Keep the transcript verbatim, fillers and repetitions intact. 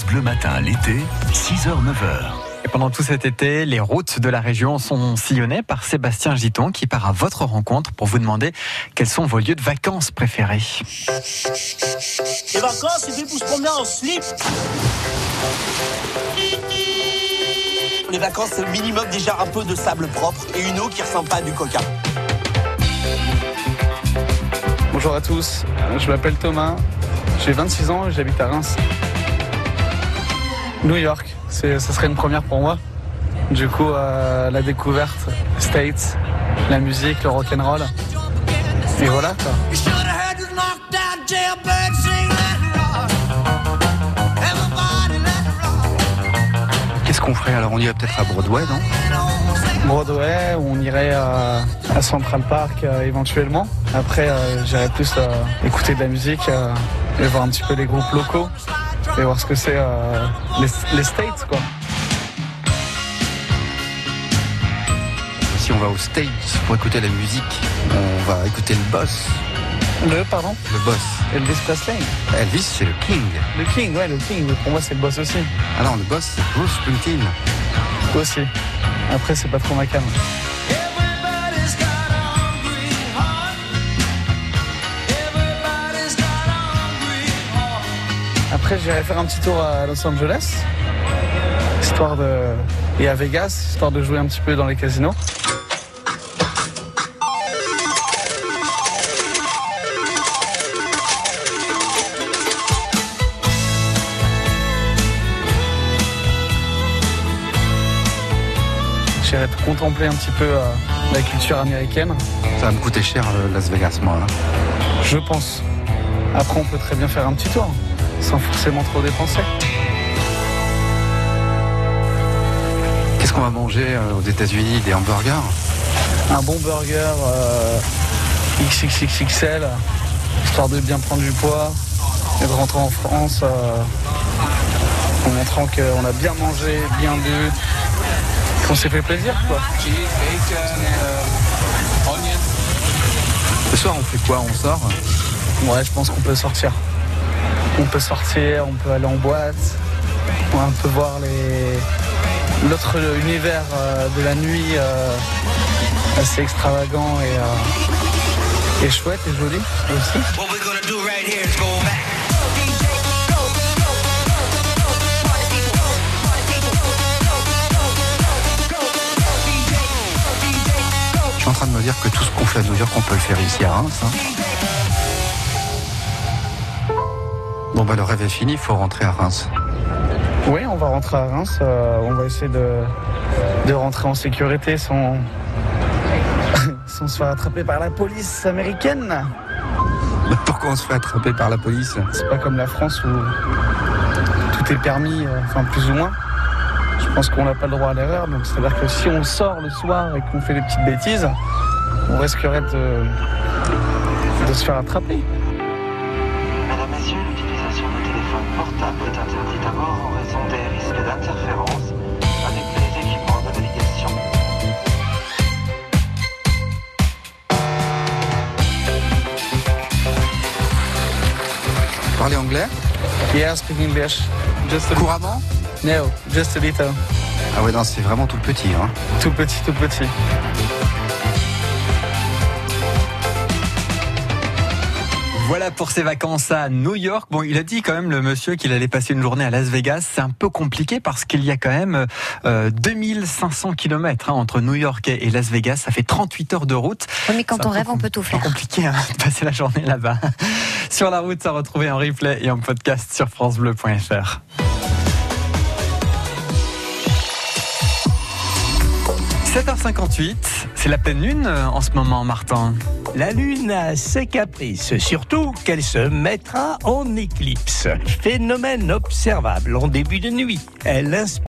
France Bleu Matin, l'été, six heures neuf heures. Et pendant tout cet été, les routes de la région sont sillonnées par Sébastien Giton qui part à votre rencontre pour vous demander quels sont vos lieux de vacances préférés. Les vacances, c'est fait pour se promener en slip. Les vacances, c'est le minimum déjà un peu de sable propre et une eau qui ressemble pas à du coca. Bonjour à tous, je m'appelle Thomas, j'ai vingt-six ans et j'habite à Reims. New York, c'est, ça serait une première pour moi. Du coup, euh, la découverte, States, la musique, le rock'n'roll. Et voilà quoi. Qu'est-ce qu'on ferait alors? On irait peut-être à Broadway, non? Broadway, où on irait à, à Central Park euh, éventuellement. Après, euh, j'irais plus euh, écouter de la musique euh, et voir un petit peu les groupes locaux et voir ce que c'est euh, les, les States, quoi. Si on va aux States pour écouter la musique, on va écouter le boss. Le, pardon? Le boss. Elvis Presley. Elvis, c'est le king. Le King, ouais, le King. Mais pour moi, c'est le boss aussi. Ah non, le boss, c'est Bruce Springsteen. Aussi. Après, c'est pas trop ma cam. Après, j'irai faire un petit tour à Los Angeles, histoire de... et à Vegas, histoire de jouer un petit peu dans les casinos. J'irai contempler un petit peu euh, la culture américaine. Ça va me coûter cher, euh, Las Vegas, moi. Hein. Je pense. Après, on peut très bien faire un petit tour, sans forcément trop dépenser. Qu'est-ce qu'on va manger euh, aux États-Unis? Des hamburgers? Un bon burger euh, X X X X L, histoire de bien prendre du poids et de rentrer en France euh, en montrant qu'on a bien mangé, bien bu, qu'on s'est fait plaisir, quoi. Ce soir, on fait quoi? On sort? Ouais, je pense qu'on peut sortir. On peut sortir, on peut aller en boîte, on peut voir les... l'autre univers euh, de la nuit euh, assez extravagant et, euh, et chouette et joli aussi. Je suis en train de me dire que tout ce qu'on fait à New York, on peut le faire ici à Reims. Hein. Bon bah le rêve est fini, il faut rentrer à Reims. Oui, on va rentrer à Reims, euh, on va essayer de, de rentrer en sécurité sans, sans se faire attraper par la police américaine. Pourquoi on se fait attraper par la police? C'est pas comme la France où tout est permis, euh, enfin plus ou moins. Je pense qu'on n'a pas le droit à l'erreur, donc c'est-à-dire que si on sort le soir et qu'on fait des petites bêtises, on risquerait de, de se faire attraper. Mesdames, Messieurs, l'utilisation de téléphones portables est interdite à bord en raison des risques d'interférence avec les équipements de navigation. Vous parlez anglais? Yeah, speak English. Just a Couramment? No, just a little. Ah ouais, non, c'est vraiment tout petit. Hein. Tout petit, tout petit. Voilà pour ses vacances à New York. Bon, il a dit quand même, le monsieur, qu'il allait passer une journée à Las Vegas. C'est un peu compliqué parce qu'il y a quand même euh, deux mille cinq cents kilomètres hein, entre New York et Las Vegas. Ça fait trente-huit heures de route. Oui, mais quand c'est on rêve, on peut tout faire. C'est compliqué hein, de passer la journée là-bas. Sur la route, à retrouver en replay et en podcast sur francebleu point fr. sept heures cinquante-huit, c'est la pleine lune en ce moment, Martin. La lune a ses caprices, surtout qu'elle se mettra en éclipse. Phénomène observable en début de nuit. Elle inspire